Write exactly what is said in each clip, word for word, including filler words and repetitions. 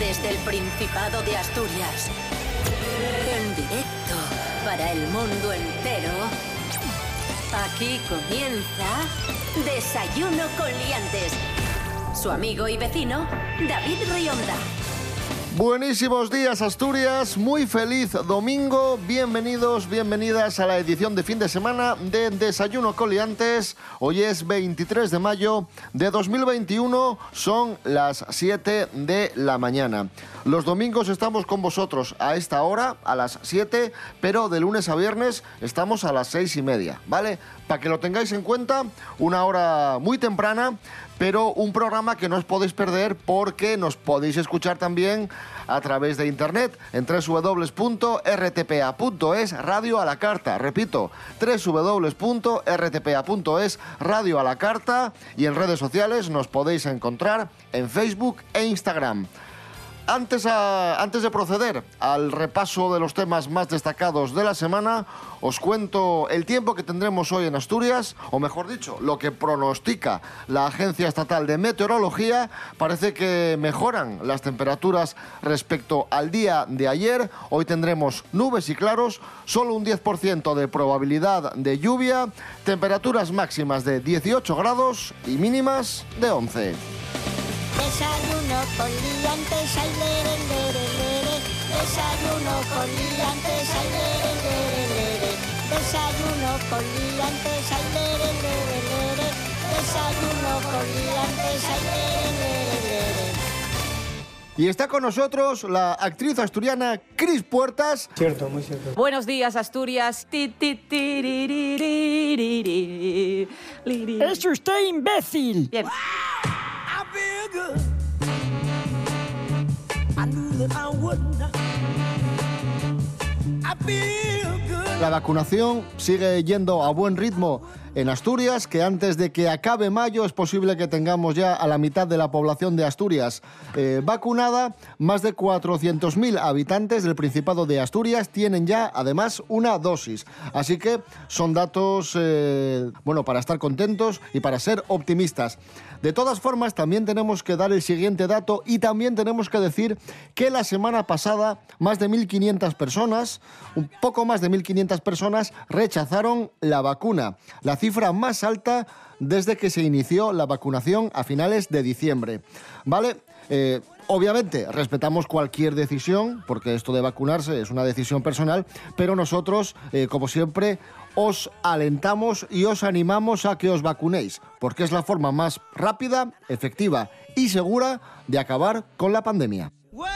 Desde el Principado de Asturias, en directo para el mundo entero, aquí comienza Desayuno con Liantes. Su amigo y vecino, David Rionda. Buenísimos días, Asturias, muy feliz domingo, bienvenidos, bienvenidas a la edición de fin de semana de Desayuno con Liantes. Hoy es veintitrés de mayo de dos mil veintiuno, son las siete de la mañana. Los domingos estamos con vosotros a esta hora, a las siete, pero de lunes a viernes estamos a las seis y media, ¿vale? Para que lo tengáis en cuenta, una hora muy temprana, pero un programa que no os podéis perder porque nos podéis escuchar también a través de internet en doble u doble u doble u punto r t p a punto es, radio a la carta. Repito, doble u doble u doble u punto r t p a punto es, radio a la carta, y en redes sociales nos podéis encontrar en Facebook e Instagram. Antes, a, antes de proceder al repaso de los temas más destacados de la semana, os cuento el tiempo que tendremos hoy en Asturias, o mejor dicho, lo que pronostica la Agencia Estatal de Meteorología. Parece que mejoran las temperaturas respecto al día de ayer. Hoy tendremos nubes y claros, solo un diez por ciento de probabilidad de lluvia, temperaturas máximas de dieciocho grados y mínimas de once. Desayuno con liantes, ay, lere, lere, lere. Desayuno con liantes, ay, lere, lere, lere. Desayuno con liantes, ay, lere, lere, lere. Desayuno con liantes, ay, lere, lere, lere. Y está con nosotros la actriz asturiana Cris Puertas. Cierto, muy cierto. Buenos días, Asturias. Ti, ti, ti, ri, ri, ri, ri, ri, ri. ¡Es usted imbécil! Bien. La vacunación sigue yendo a buen ritmo en Asturias, que antes de que acabe mayo es posible que tengamos ya a la mitad de la población de Asturias eh, vacunada. Más de cuatrocientos mil habitantes del Principado de Asturias tienen ya, además, una dosis. Así que son datos, eh, bueno, para estar contentos y para ser optimistas. De todas formas, también tenemos que dar el siguiente dato y también tenemos que decir que la semana pasada más de mil quinientas personas, un poco más de mil quinientas personas, rechazaron la vacuna. La cifra más alta desde que se inició la vacunación a finales de diciembre. ¿Vale? Eh, obviamente respetamos cualquier decisión, porque esto de vacunarse es una decisión personal, pero nosotros, eh, como siempre, os alentamos y os animamos a que os vacunéis, porque es la forma más rápida, efectiva y segura de acabar con la pandemia. Well,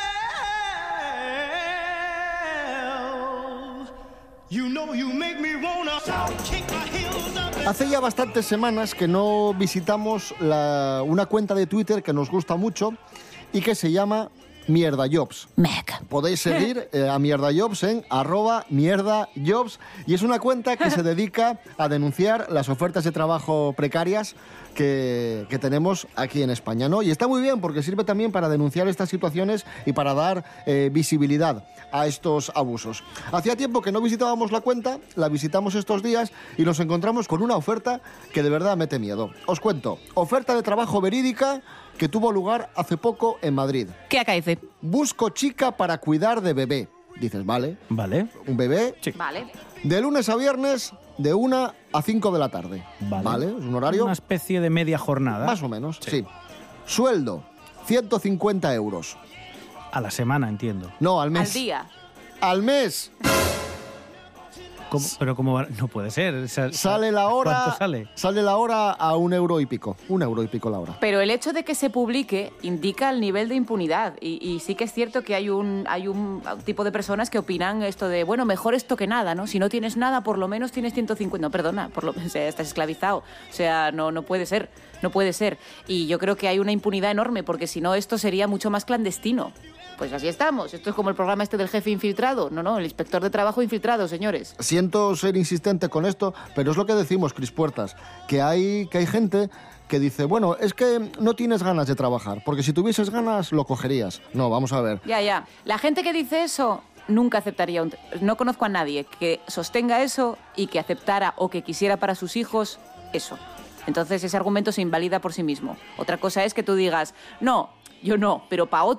you know you make me wanna kick my heels up. Hace ya bastantes semanas que no visitamos la, una cuenta de Twitter que nos gusta mucho y que se llama Mierda Jobs. Mec. Podéis seguir eh, a Mierda Jobs en arroba Mierda Jobs, y es una cuenta que se dedica a denunciar las ofertas de trabajo precarias que, que tenemos aquí en España, ¿no? Y está muy bien porque sirve también para denunciar estas situaciones y para dar eh, visibilidad a estos abusos. Hacía tiempo que no visitábamos la cuenta, la visitamos estos días y nos encontramos con una oferta que de verdad mete miedo. Os cuento, oferta de trabajo verídica que tuvo lugar hace poco en Madrid. ¿Qué acaece? Busco chica para cuidar de bebé. Dices, vale. Vale. Un bebé. Sí. Vale. De lunes a viernes, de una a cinco de la tarde. Vale. Es un horario Una especie de media jornada. más o menos, sí. Sí. Sueldo, ciento cincuenta euros. A la semana, entiendo. No, al mes. Al día. Al mes. ¿Cómo? Pero ¿cómo va? No puede ser. Sa- Sale la hora. ¿Cuánto sale? Sale la hora a un euro y pico. Un euro y pico la hora. Pero el hecho de que se publique indica el nivel de impunidad. Y, y sí que es cierto que hay un, hay un tipo de personas que opinan esto de, bueno, mejor esto que nada, ¿no? Si no tienes nada, por lo menos tienes ciento cincuenta. No, perdona, por lo, o sea, estás esclavizado. O sea, no, no puede ser. No puede ser. Y yo creo que hay una impunidad enorme, porque si no, esto sería mucho más clandestino. Pues así estamos. Esto es como el programa este del jefe infiltrado. No, no, el inspector de trabajo infiltrado, señores. Siento ser insistente con esto, pero es lo que decimos, Cris Puertas, que hay, que hay gente que dice, bueno, es que no tienes ganas de trabajar, porque si tuvieses ganas lo cogerías. No, vamos a ver. Ya, ya. La gente que dice eso nunca aceptaría un... No conozco a nadie que sostenga eso y que aceptara o que quisiera para sus hijos eso. Entonces ese argumento se invalida por sí mismo. Otra cosa es que tú digas, no, yo no, pero para otro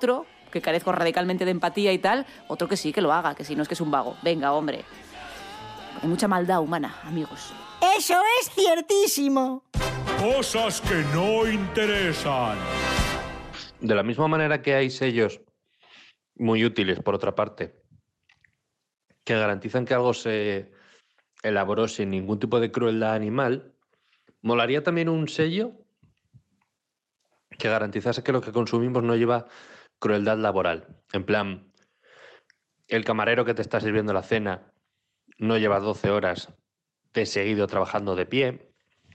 que carezco radicalmente de empatía y tal, otro que sí, que lo haga, que si no es que es un vago. Venga, hombre. Hay mucha maldad humana, amigos. Eso es ciertísimo. Cosas que no interesan. De la misma manera que hay sellos muy útiles, por otra parte, que garantizan que algo se elaboró sin ningún tipo de crueldad animal, molaría también un sello que garantizase que lo que consumimos no lleva crueldad laboral. En plan, el camarero que te está sirviendo la cena no lleva doce horas de seguido trabajando de pie.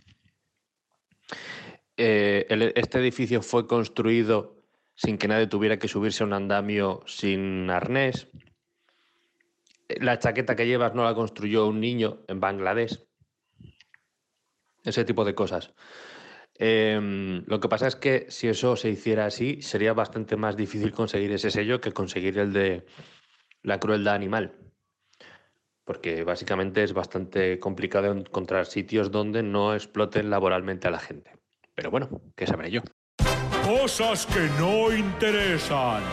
Eh, el, este edificio fue construido sin que nadie tuviera que subirse a un andamio sin arnés. La chaqueta que llevas no la construyó un niño en Bangladesh. Ese tipo de cosas. Eh, lo que pasa es que si eso se hiciera así, sería bastante más difícil conseguir ese sello que conseguir el de la crueldad animal. Porque básicamente es bastante complicado encontrar sitios donde no exploten laboralmente a la gente. Pero bueno, ¿qué sabré yo? Cosas que no interesan.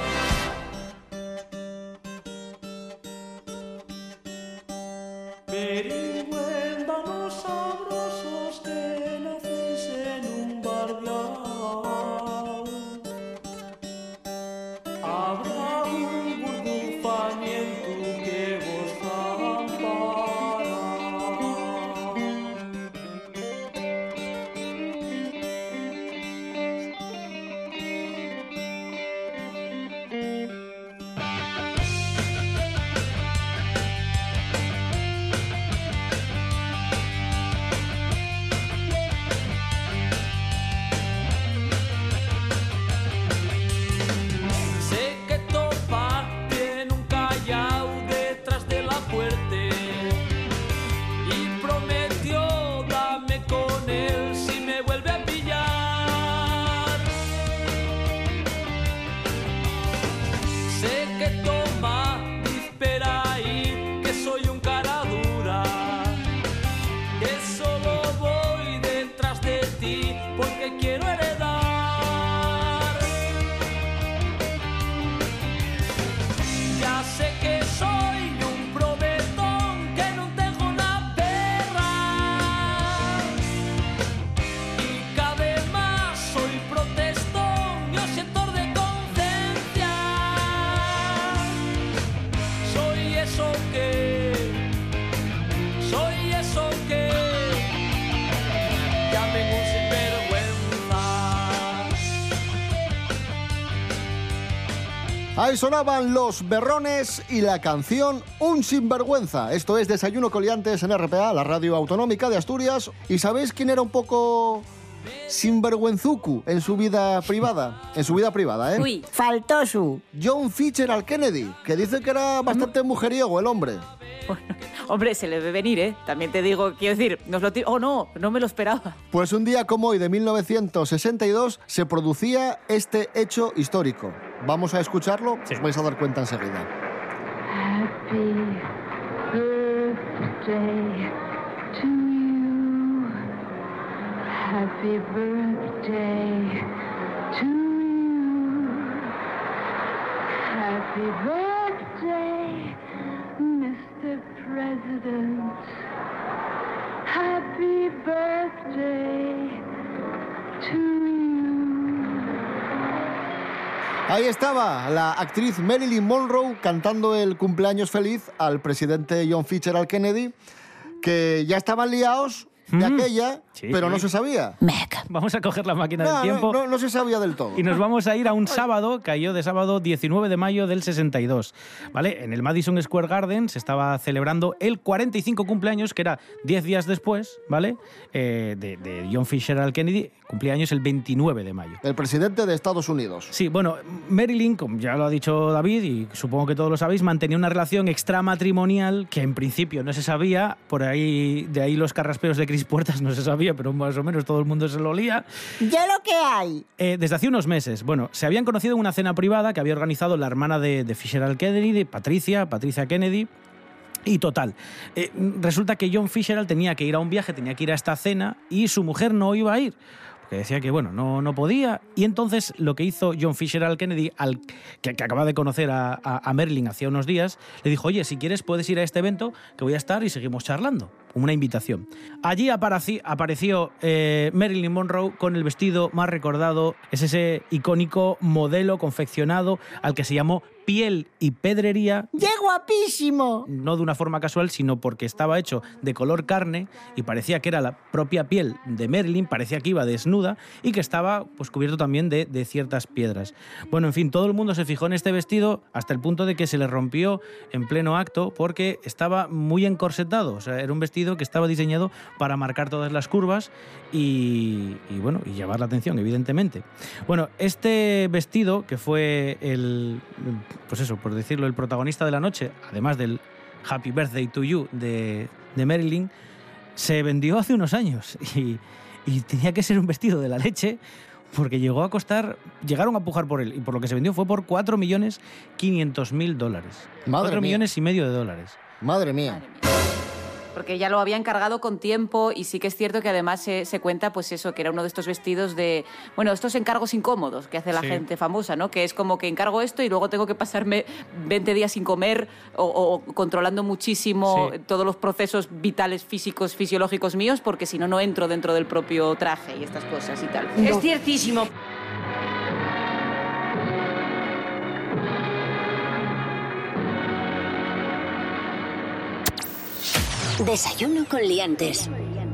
Peringüéndanos sabrosos que nacéis en un barrial. Habrá un gurdufamiento que vos ampará. Sé que Topa tiene un callao detrás de la puerta y prometió darme con él si me vuelve a pillar. Sé que Toma espera ahí que soy un cara dura, que solo voy detrás de ti porque quiero heredar. Ya sé que soy un probetón, que no tengo una perra y que además soy protestón y objetor de conciencia. Soy eso que, soy eso que llamen un sinvergüenza. Ahí sonaban Los Berrones y la canción Un Sinvergüenza. Esto es Desayuno Coliantes en R P A, la radio autonómica de Asturias. ¿Y sabéis quién era un poco sinvergüenzucu en su vida privada? En su vida privada, ¿eh? Uy, Faltó su. John Fitzgerald Kennedy, que dice que era bastante mujeriego el hombre. hombre, se le ve venir, ¿eh? También te digo, quiero decir, nos lo ti- oh no, no me lo esperaba. Pues un día como hoy de mil novecientos sesenta y dos se producía este hecho histórico. Vamos a escucharlo, Sí. os vais a dar cuenta enseguida. Happy birthday to you. Happy birthday to you. Happy birthday, mister President. Happy birthday to you. Ahí estaba la actriz Marilyn Monroe cantando el cumpleaños feliz al presidente John Fitzgerald Kennedy, que ya estaban liados de Mm. aquella, Sí, pero no sí. se sabía. Meca. Vamos a coger la máquina No, del no, tiempo. no, no se sabía del todo. Y nos vamos a ir a un sábado, cayó de sábado diecinueve de mayo del sesenta y dos, ¿vale? En el Madison Square Garden se estaba celebrando el cuarenta y cinco cumpleaños, que era diez días después, ¿vale? Eh, de, de John Fitzgerald Kennedy, cumplía años el veintinueve de mayo. El presidente de Estados Unidos. Sí, bueno, Marilyn, como ya lo ha dicho David, y supongo que todos lo sabéis, mantenía una relación extramatrimonial que en principio no se sabía, por ahí, de ahí los carraspeos de Cris Puertas no se sabía, pero más o menos todo el mundo se lo olía. Ya lo que hay. Eh, desde hace unos meses. Bueno, se habían conocido en una cena privada que había organizado la hermana de, de Fitzgerald Kennedy, Patricia, Patricia Kennedy. Y total, eh, resulta que John Fitzgerald tenía que ir a un viaje, tenía que ir a esta cena y su mujer no iba a ir. que decía que bueno, no, no podía, y entonces lo que hizo John Fitzgerald Kennedy, al, que, que acaba de conocer a, a, a Marilyn hacía unos días, le dijo, oye, si quieres puedes ir a este evento que voy a estar y seguimos charlando, una invitación. Allí aparecí, apareció eh, Marilyn Monroe con el vestido más recordado, es ese icónico modelo confeccionado al que se llamó Piel y Pedrería. ¡Qué guapísimo! No de una forma casual, sino porque estaba hecho de color carne y parecía que era la propia piel de Marilyn, parecía que iba desnuda y que estaba pues, cubierto también de, de ciertas piedras. Bueno, en fin, todo el mundo se fijó en este vestido hasta el punto de que se le rompió en pleno acto porque estaba muy encorsetado. O sea, era un vestido que estaba diseñado para marcar todas las curvas y, y bueno, y llamar la atención, evidentemente. Bueno, este vestido, que fue el... pues eso, por decirlo, el protagonista de la noche, además del Happy Birthday to You de, de Marilyn, se vendió hace unos años y, y tenía que ser un vestido de la leche porque llegó a costar, llegaron a pujar por él y por lo que se vendió fue por cuatro millones quinientos mil dólares. cuatro millones y medio de dólares. Madre mía. Madre mía. Porque ya lo había encargado con tiempo y sí que es cierto que además se, se cuenta, pues eso, que era uno de estos vestidos de... Bueno, estos encargos incómodos que hace la Sí. gente famosa, ¿no? Que es como que encargo esto y luego tengo que pasarme veinte días sin comer o, o controlando muchísimo Sí. todos los procesos vitales, físicos, fisiológicos míos, porque si no, no entro dentro del propio traje y estas cosas y tal. Es ciertísimo. Desayuno con liantes.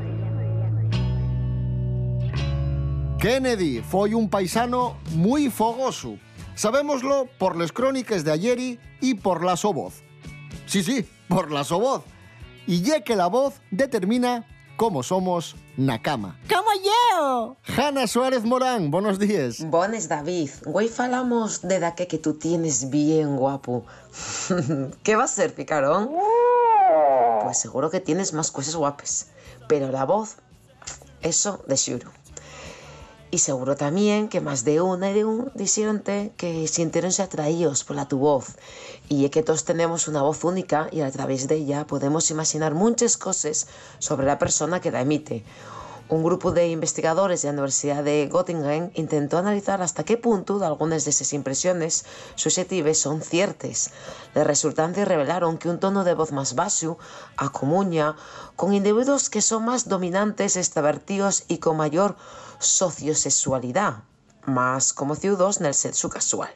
Kennedy foi un paisano moi fogoso. Sabémoslo por les crónicas de ayeri y por la so voz. Sí, sí, por la so voz. Y ye que la voz determina cómo somos na cama. ¡Como yo! Hanna Suárez Morán, buenos días. Bones, David. Hoy falamos de daque que tú tienes bien guapo. ¿Qué va a ser, picarón? Pues seguro que tienes más cosas guapas. Pero la voz, eso de xuro. Y seguro también que más de una y de un dixéronte que sintiéronse atraídos por la tu voz. Y es que todos tenemos una voz única y a través de ella podemos imaginar muchas cosas sobre la persona que la emite. Un grupo de investigadores de la Universidad de Göttingen intentó analizar hasta qué punto algunas de esas impresiones subjetivas son ciertas. Los resultantes revelaron que un tono de voz más bajo acomuña con individuos que son más dominantes, extrovertidos y con mayor sociosexualidad, más como ciudos en el sexo casual.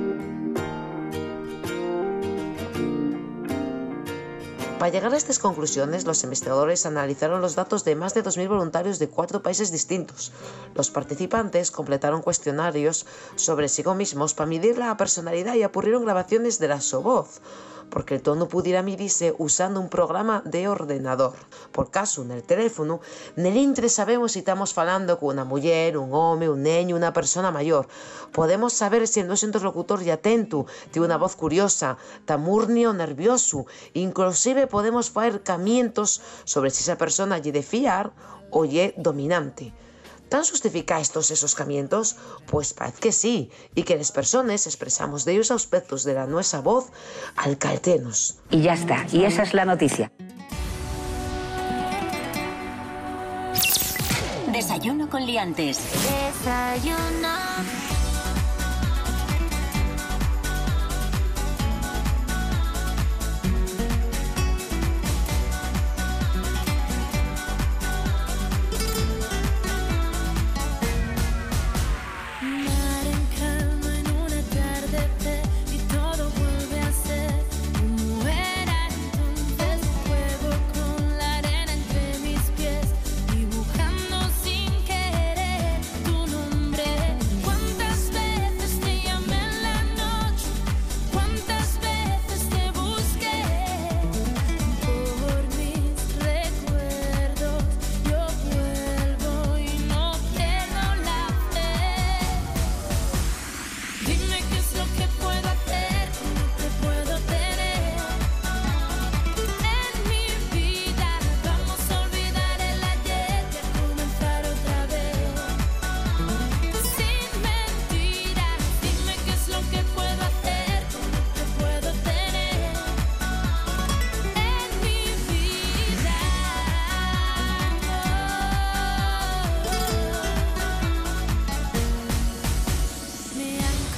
Para llegar a estas conclusiones, los investigadores analizaron los datos de más de dos mil voluntarios de cuatro países distintos. Los participantes completaron cuestionarios sobre sí mismos para medir la personalidad y ocurrieron grabaciones de la su voz, porque el tono pudiera medirse usando un programa de ordenador. Por caso, en el teléfono, nel intre sabemos si estamos falando con una mujer, un hombre, un niño, una persona mayor. Podemos saber si el nuestro interlocutor ya atento, tiene una voz curiosa, tamurnio o nervioso. Inclusive podemos hacer camientos sobre si esa persona ye de fiar o ye dominante. ¿Tan justifica estos esos camientos? Pues parece que sí, y que las personas expresamos de ellos aspectos de la nuestra voz al caetenos. Y ya está, y esa es la noticia. Desayuno con liantes. Desayuno. Dibujando sin querer tu nombre. ¿Cuántas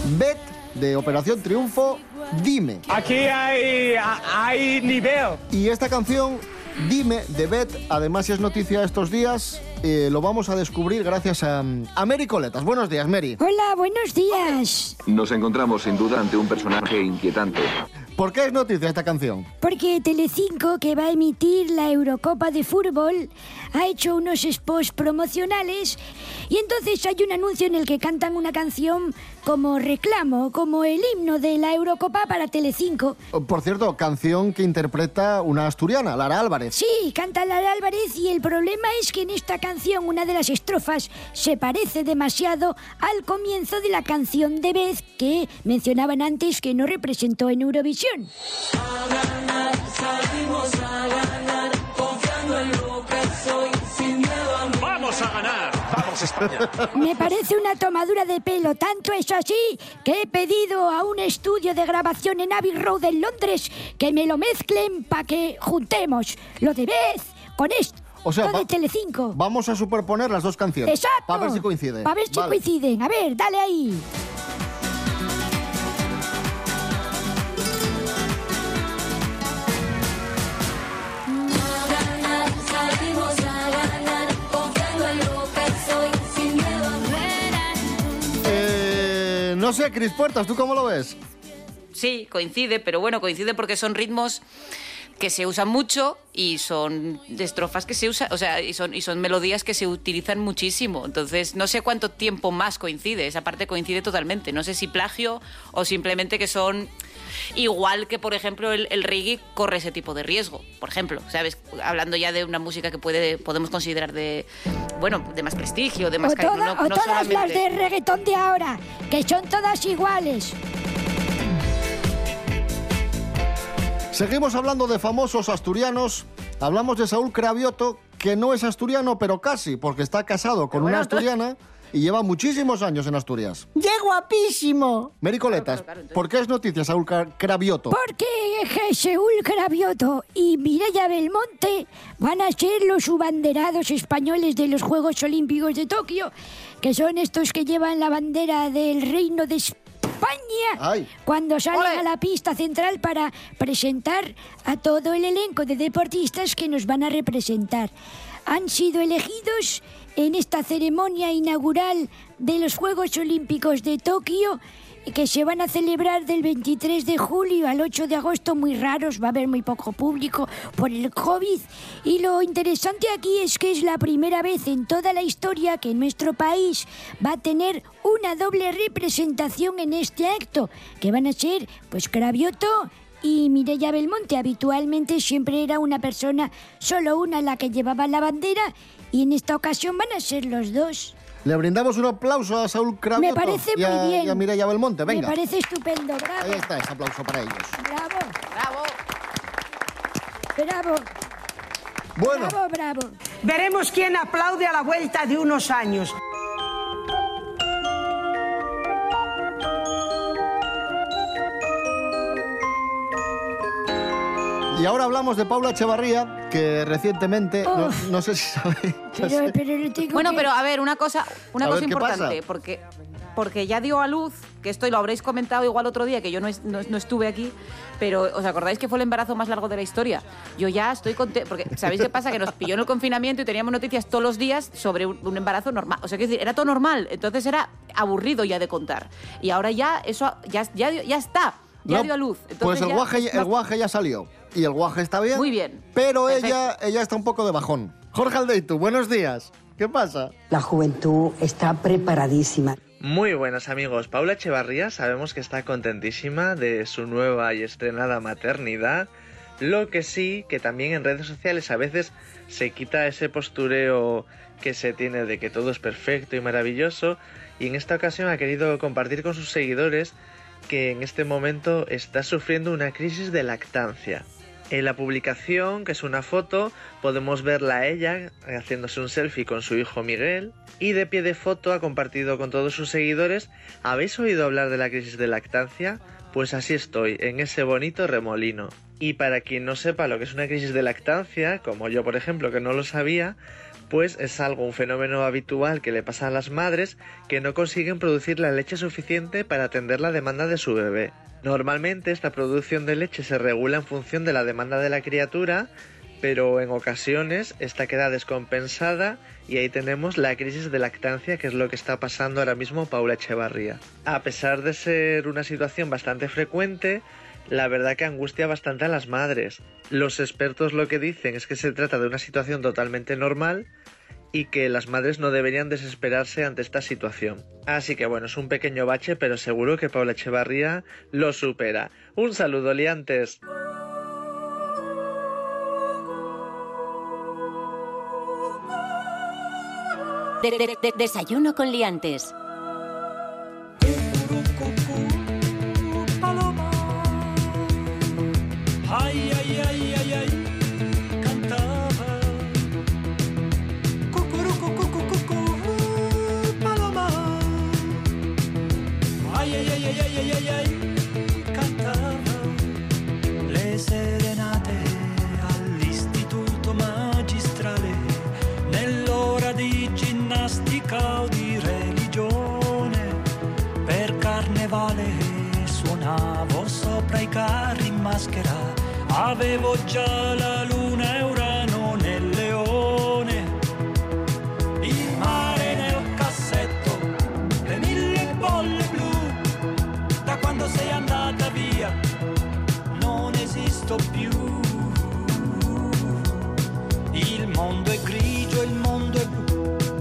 Bet, de Operación Triunfo, Dime. Aquí hay, hay nivel. Y esta canción, Dime, de Bet, además si es noticia estos días, eh, lo vamos a descubrir gracias a, a Mary Coletas. Buenos días, Mary. Hola, buenos días. Nos encontramos sin duda ante un personaje inquietante. ¿Por qué es noticia esta canción? Porque Telecinco, que va a emitir la Eurocopa de fútbol, ha hecho unos spots promocionales y entonces hay un anuncio en el que cantan una canción como reclamo, como el himno de la Eurocopa para Telecinco. Por cierto, canción que interpreta una asturiana, Lara Álvarez. Sí, canta Lara Álvarez y el problema es que en esta canción una de las estrofas se parece demasiado al comienzo de la canción de Bez que mencionaban antes que no representó en Eurovisión. A ganar, salimos a ganar, confiando en lo que soy, sin miedo a... ¡Vamos a ganar! ¡Vamos, España! Me parece una tomadura de pelo, tanto es así que he pedido a un estudio de grabación en Abbey Road en Londres que me lo mezclen para que juntemos lo de Bez con esto. O sea, lo va, de Telecinco. Vamos a superponer las dos canciones. Exacto. Para ver si coinciden. Para ver si vale. coinciden. A ver, dale ahí. No sé, Cris Puertas, ¿tú cómo lo ves? Sí, coincide, pero bueno, coincide porque son ritmos que se usan mucho y son estrofas que se usan, o sea, y son, y son melodías que se utilizan muchísimo. Entonces, no sé cuánto tiempo más coincide, esa parte coincide totalmente. No sé si plagio o simplemente que son... Igual que, por ejemplo, el, el reggae corre ese tipo de riesgo, por ejemplo, ¿sabes? Hablando ya de una música que puede podemos considerar de, bueno, de más prestigio, de más... O, toda, no, no o todas solamente... las de reggaetón de ahora, que son todas iguales. Seguimos hablando de famosos asturianos. Hablamos de Saúl Cravioto, que no es asturiano, pero casi, porque está casado con una asturiana y lleva muchísimos años en Asturias. ¡Qué guapísimo! Mary Coletas, ¿por qué es noticia Saúl Cravioto? Porque Saúl Cravioto y Mireia Belmonte van a ser los subanderados españoles de los Juegos Olímpicos de Tokio, que son estos que llevan la bandera del Reino de España Ay. cuando salen a la pista central para presentar a todo el elenco de deportistas que nos van a representar. Han sido elegidos en esta ceremonia inaugural de los Juegos Olímpicos de Tokio, que se van a celebrar del veintitrés de julio al ocho de agosto, muy raros, va a haber muy poco público por el COVID. Y lo interesante aquí es que es la primera vez en toda la historia que nuestro país va a tener una doble representación en este acto, que van a ser pues Cravioto y Mireia Belmonte. Habitualmente siempre era una persona, solo una, la que llevaba la bandera, y en esta ocasión van a ser los dos. Le brindamos un aplauso a Saúl Cravioto. Me parece y a, muy bien. y a Mireia Belmonte, venga. Me parece estupendo, bravo. Ahí está, ese aplauso para ellos. Bravo. Bravo. Bravo. Bueno. Bravo, bravo. Veremos quién aplaude a la vuelta de unos años. Y ahora hablamos de Paula Echevarría, que recientemente, Oh. no, no sé si sabe... Pero, pero no tengo Bueno, que- pero a ver, una cosa, una A cosa ver, ¿qué importante, pasa? porque porque ya dio a luz, que esto lo habréis comentado igual otro día, que yo no, es- no, no estuve aquí, pero ¿os acordáis que fue el embarazo más largo de la historia? Yo ya estoy contenta, porque ¿sabéis qué pasa? Que nos pilló en el confinamiento y teníamos noticias todos los días sobre un, un embarazo normal. O sea, que era todo normal, entonces era aburrido ya de contar. Y ahora ya eso ya, ya, ya está, ya No, dio a luz. Entonces pues el ya- guaje, no- el guaje ya salió. Y el guaje está bien. Muy bien. Pero Perfecto. ella, ella está un poco de bajón. Jorge Aldeitu, buenos días. ¿Qué pasa? La juventud está preparadísima. Muy buenas amigos, Paula Echevarría sabemos que está contentísima de su nueva y estrenada maternidad, lo que sí que también en redes sociales a veces se quita ese postureo que se tiene de que todo es perfecto y maravilloso, y en esta ocasión ha querido compartir con sus seguidores que en este momento está sufriendo una crisis de lactancia. En la publicación, que es una foto, podemos verla a ella haciéndose un selfie con su hijo Miguel, y de pie de foto ha compartido con todos sus seguidores: ¿habéis oído hablar de la crisis de lactancia? Pues así estoy, en ese bonito remolino. Y para quien no sepa lo que es una crisis de lactancia, como yo por ejemplo que no lo sabía, pues es algo, un fenómeno habitual que le pasa a las madres que no consiguen producir la leche suficiente para atender la demanda de su bebé. Normalmente esta producción de leche se regula en función de la demanda de la criatura, pero en ocasiones esta queda descompensada y ahí tenemos la crisis de lactancia, que es lo que está pasando ahora mismo Paula Echevarría. A pesar de ser una situación bastante frecuente, la verdad que angustia bastante a las madres. Los expertos lo que dicen es que se trata de una situación totalmente normal y que las madres no deberían desesperarse ante esta situación. Así que bueno, es un pequeño bache, pero seguro que Paula Echevarría lo supera. Un saludo, liantes. De, de, de, desayuno con liantes. Ay, ay, ay, ay, ay, cantaba. Cucurucu, cucu, cucu, paloma. Ay, ay, ay, ay, ay, ay, ay, cantaba. Le serenate all'istituto magistrale, nell'ora di ginnastica o di religione, per carnevale suonavo sopra i carri in maschera. Avevo già la luna e Urano nel leone, il mare nel cassetto, le mille bolle blu. Da quando sei andata via non esisto più. Il mondo è grigio, il mondo è blu.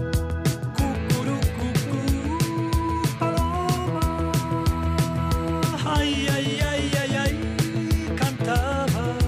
Cucurucucù, paloma. Ai ai ai ai ai, cantava.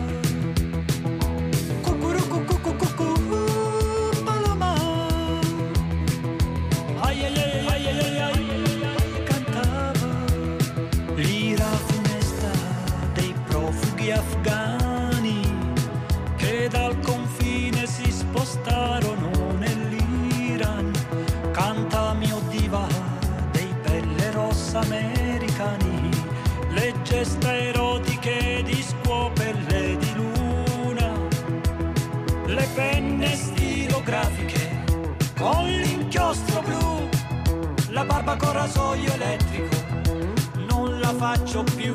Afghani che dal confine si spostarono nell'Iran, canta mio diva dei pelle rossa americani, le gesta erotiche di scuopelle di luna, le penne stilografiche con l'inchiostro blu, la barba con rasoio elettrico non la faccio più.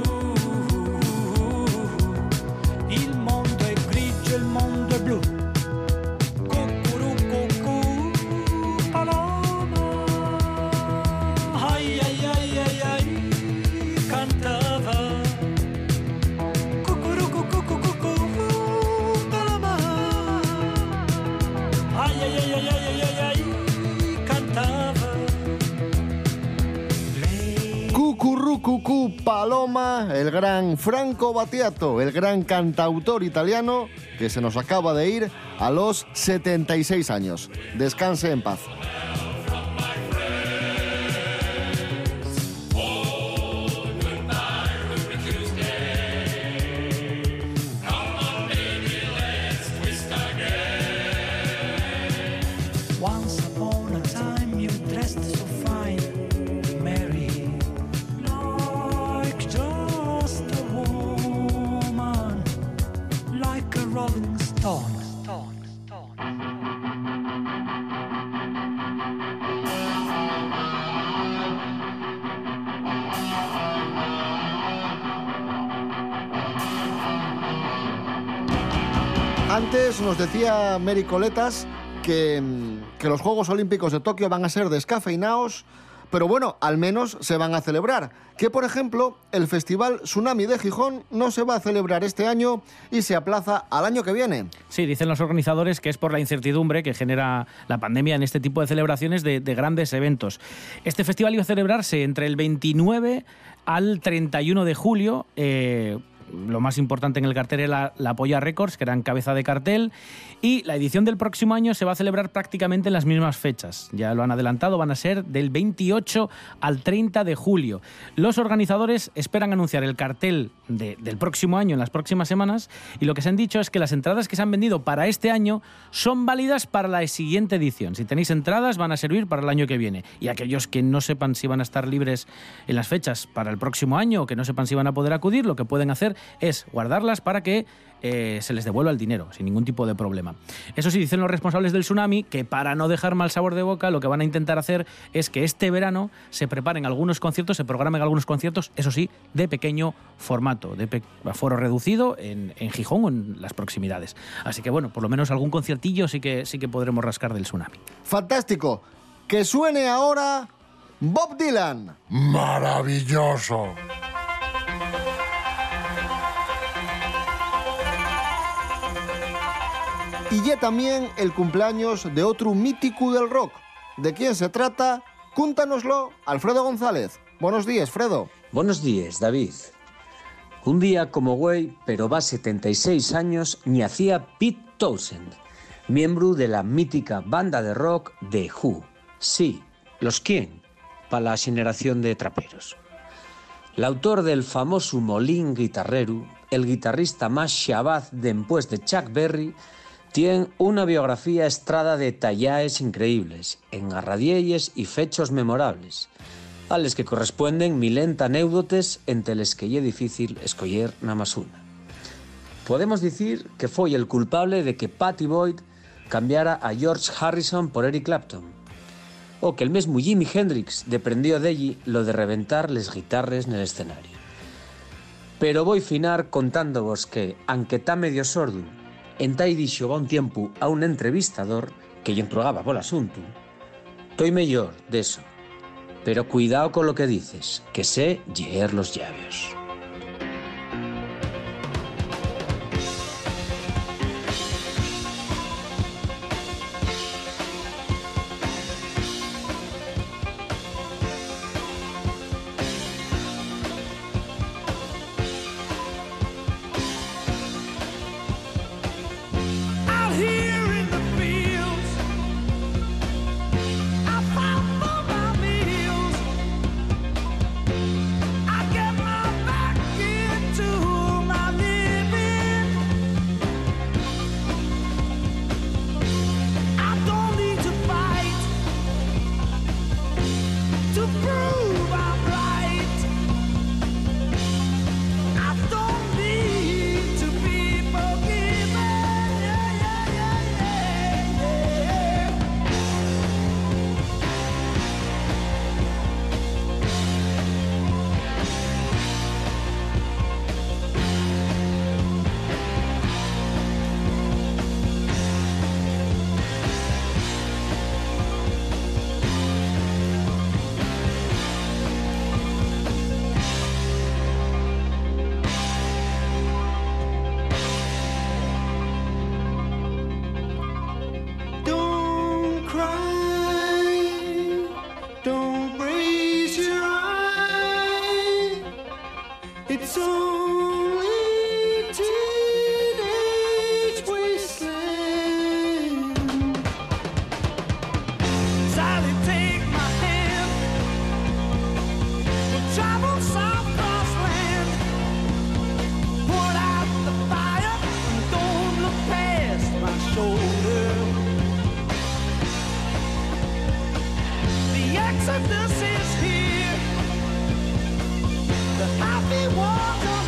Il mondo è blu. Cucurucucù, paloma. Ai ai ai ai ai, cantava. Cucurucucucucucù, paloma. Ai ai ai ai ai ai ai, cantava. Cucurrucucú Paloma, el gran Franco Battiato, el gran cantautor italiano que se nos acaba de ir a los setenta y seis años. Descanse en paz. Once upon a time you dressed so fine, Mary, like just a woman, like a rolling stone. Antes nos decía Mary Coletas que, que los Juegos Olímpicos de Tokio van a ser descafeinados, pero bueno, al menos se van a celebrar. Que, por ejemplo, el Festival Tsunami de Gijón no se va a celebrar este año y se aplaza al año que viene. Sí, dicen los organizadores que es por la incertidumbre que genera la pandemia en este tipo de celebraciones de, de grandes eventos. Este festival iba a celebrarse entre el veintinueve al treinta y uno de julio. Eh, Lo más importante en el cartel era la, la Polla Records, que eran cabeza de cartel, y la edición del próximo año se va a celebrar prácticamente en las mismas fechas. Ya lo han adelantado, van a ser del veintiocho al treinta de julio. Los organizadores esperan anunciar el cartel de, del próximo año en las próximas semanas, y lo que se han dicho es que las entradas que se han vendido para este año son válidas para la siguiente edición. Si tenéis entradas, van a servir para el año que viene. Y aquellos que no sepan si van a estar libres en las fechas para el próximo año o que no sepan si van a poder acudir, lo que pueden hacer es guardarlas para que eh, se les devuelva el dinero, sin ningún tipo de problema. Eso sí, dicen los responsables del tsunami que para no dejar mal sabor de boca, lo que van a intentar hacer es que este verano se preparen algunos conciertos, se programen algunos conciertos, eso sí, de pequeño formato, de pe- aforo reducido en, en Gijón o en las proximidades. Así que bueno, por lo menos algún conciertillo sí que, sí que podremos rascar del tsunami. Fantástico. Que suene ahora Bob Dylan. Maravilloso. Y ya también el cumpleaños de otro mítico del rock. ¿De quién se trata? Cúntanoslo, Alfredo González. Buenos días, Fredo. Buenos días, David. Un día como güey, pero va setenta y seis años, nacía Pete Townshend, miembro de la mítica banda de rock The Who. Sí, los quién, para la generación de traperos. El autor del famoso Molín guitarrero, el guitarrista más xabaz después de Chuck Berry, tiene una biografía estrada de tallaes increíbles, engarradielles y fechos memorables, a les que corresponden milenta anécdotes entre les que lle difícil escoller na más una. Podemos decir que foi el culpable de que Patty Boyd cambiara a George Harrison por Eric Clapton, o que el mesmo Jimi Hendrix deprendió d'elli lo de reventar les guitarres nel escenario. Pero voy finar contándovos que, aunque tá medio sordo, entai dixo va un tiempo a un entrevistador que lle entrogaba pol asunto: «Toi mellor deso, pero cuidado con lo que dices, que sé lleer los llavios». Exodus is here. The happy ones are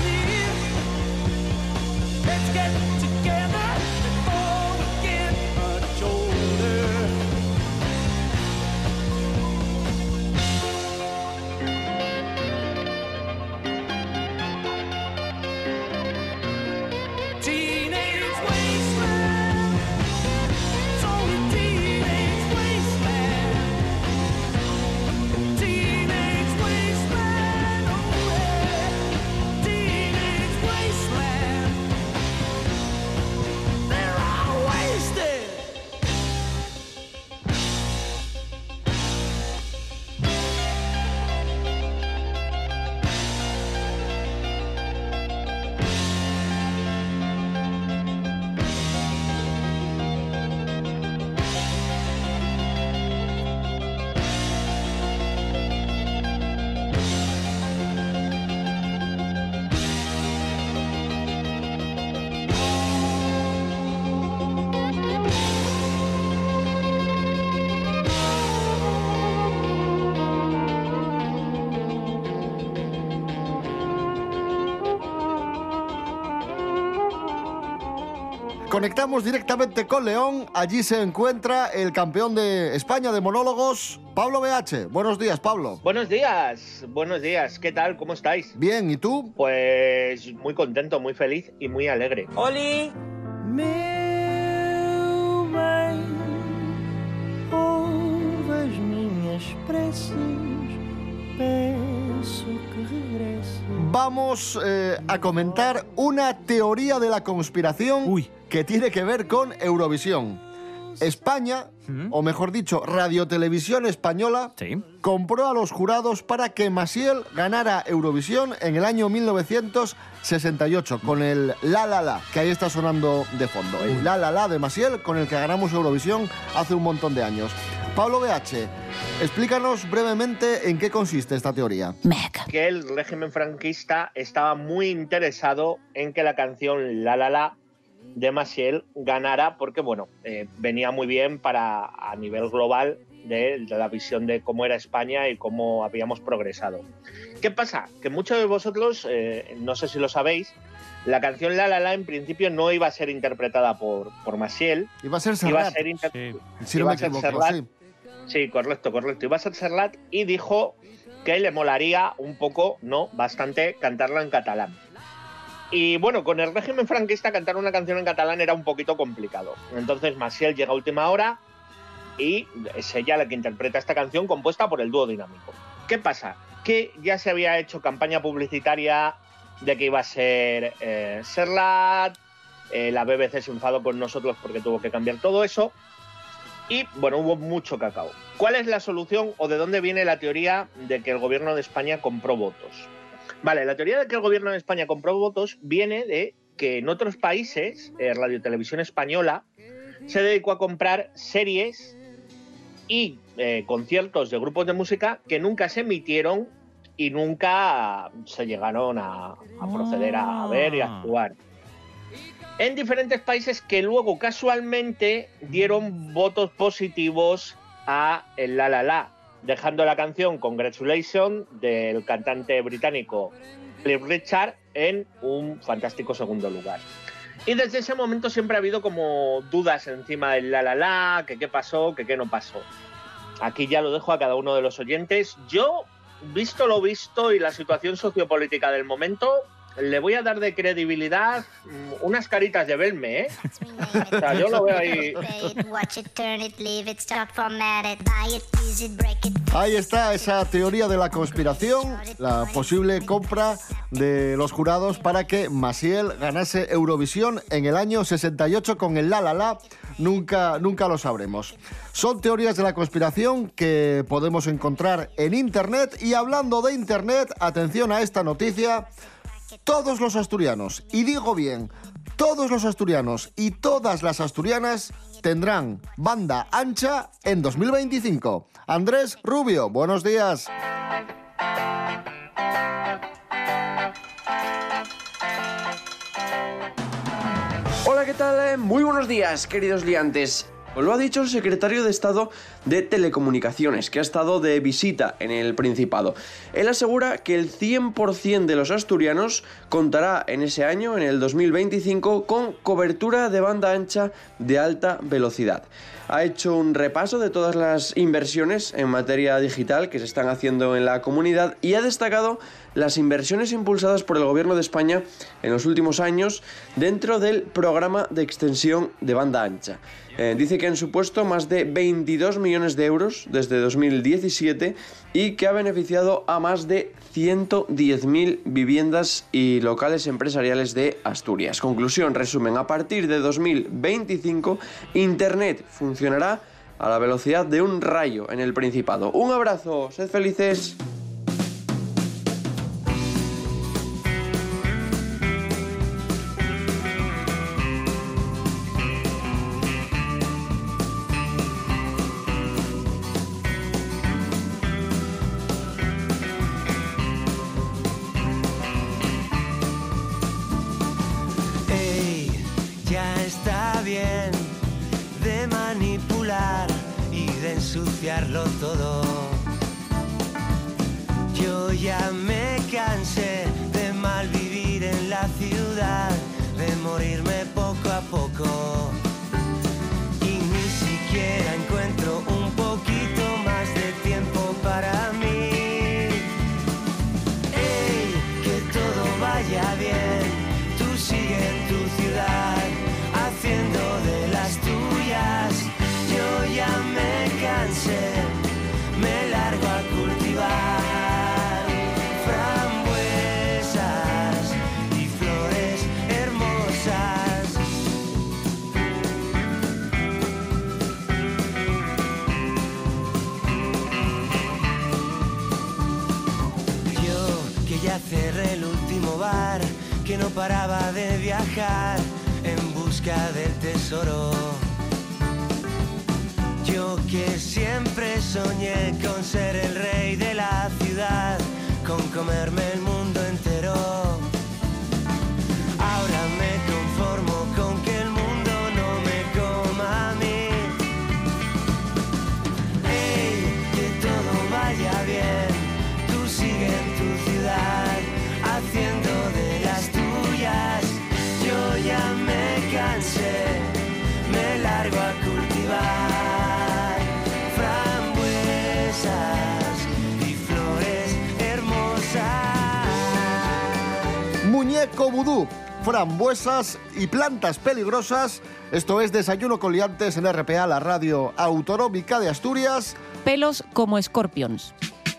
conectamos directamente con León. Allí se encuentra el campeón de España de monólogos, Pablo B H. Buenos días, Pablo. Buenos días, buenos días. ¿Qué tal? ¿Cómo estáis? Bien, ¿y tú? Pues muy contento, muy feliz y muy alegre. ¡Oli! Meu bem, ouve as minhas preces, peço que regrese. Vamos eh, a comentar una teoría de la conspiración Uy. que tiene que ver con Eurovisión. España, ¿Mm? o mejor dicho, Radiotelevisión Española, sí. compró a los jurados para que Maciel ganara Eurovisión en el año mil novecientos sesenta y ocho, con el La La La, que ahí está sonando de fondo. El La La La de Maciel, con el que ganamos Eurovisión hace un montón de años. Pablo B H, explícanos brevemente en qué consiste esta teoría. Que el régimen franquista estaba muy interesado en que la canción La La La de Maciel ganara porque, bueno, eh, venía muy bien para a nivel global de, de la visión de cómo era España y cómo habíamos progresado. ¿Qué pasa? Que muchos de vosotros, eh, no sé si lo sabéis, la canción La La La en principio no iba a ser interpretada por, por Maciel. Iba a ser Serrat. Iba a ser inter... sí. Si no me equivoco, Serrat. sí. Sí, correcto, correcto. Iba a ser Serrat y dijo que le molaría un poco, no, bastante, cantarla en catalán. Y bueno, con el régimen franquista cantar una canción en catalán era un poquito complicado. Entonces Maciel llega a última hora y es ella la que interpreta esta canción compuesta por el dúo Dinámico. ¿Qué pasa? Que ya se había hecho campaña publicitaria de que iba a ser eh, Serrat, eh, la B B C se enfadó con nosotros porque tuvo que cambiar todo eso y bueno, hubo mucho cacao. ¿Cuál es la solución o de dónde viene la teoría de que el gobierno de España compró votos? Vale, la teoría de que el gobierno de España compró votos viene de que en otros países, eh, Radiotelevisión Española se dedicó a comprar series y eh, conciertos de grupos de música que nunca se emitieron y nunca se llegaron a, a proceder a ver y a actuar. En diferentes países que luego casualmente dieron votos positivos a el La La La, dejando la canción Congratulations del cantante británico Cliff Richard en un fantástico segundo lugar. Y desde ese momento siempre ha habido como dudas encima del La La La, que qué pasó, que qué no pasó. Aquí ya lo dejo a cada uno de los oyentes. Yo, visto lo visto y la situación sociopolítica del momento, le voy a dar de credibilidad unas caritas de Belme, ¿eh? O sea, yo lo veo ahí. Ahí está esa teoría de la conspiración, la posible compra de los jurados para que Maciel ganase Eurovisión en el año sesenta y ocho con el La La La. Nunca, nunca lo sabremos. Son teorías de la conspiración que podemos encontrar en Internet. Y hablando de Internet, atención a esta noticia. Todos los asturianos, y digo bien, todos los asturianos y todas las asturianas tendrán banda ancha en dos mil veinticinco. Andrés Rubio, buenos días. Hola, ¿qué tal? Muy buenos días, queridos liantes. Lo ha dicho el secretario de Estado de Telecomunicaciones, que ha estado de visita en el Principado. Él asegura que el cien por ciento de los asturianos contará en ese año, en el dos mil veinticinco, con cobertura de banda ancha de alta velocidad. Ha hecho un repaso de todas las inversiones en materia digital que se están haciendo en la comunidad y ha destacado las inversiones impulsadas por el Gobierno de España en los últimos años dentro del programa de extensión de banda ancha. Eh, dice que han supuesto más de veintidós millones de euros desde dos mil diecisiete y que ha beneficiado a más de ciento diez mil viviendas y locales empresariales de Asturias. Conclusión, resumen, a partir de dos mil veinticinco, Internet funcionará a la velocidad de un rayo en el Principado. Un abrazo, sed felices. Ensuciarlo todo. Yo ya me cansé de malvivir en la ciudad, de morirme poco a poco y ni siquiera encuentro un poquito más de tiempo para mí. Ey, que todo vaya bien, tú sigue en tu ciudad, haciendo de las tuyas. Yo ya me cansé, me largo a cultivar frambuesas y flores hermosas. Yo que ya cerré el último bar, que no paraba de viajar en busca del tesoro. Yo que siempre soñé con ser el rey de la ciudad, con comerme el mundo entero. Ahora me conformo con que el mundo no me coma a mí. Ey, que todo vaya bien, tú sigue en tu ciudad, haciendo de las tuyas. Yo ya me cansé, me largo a cultivar y flores hermosas. Muñeco vudú, frambuesas y plantas peligrosas. Esto es Desayuno con Liantes en R P A, la radio autonómica de Asturias. Pelos como Scorpions.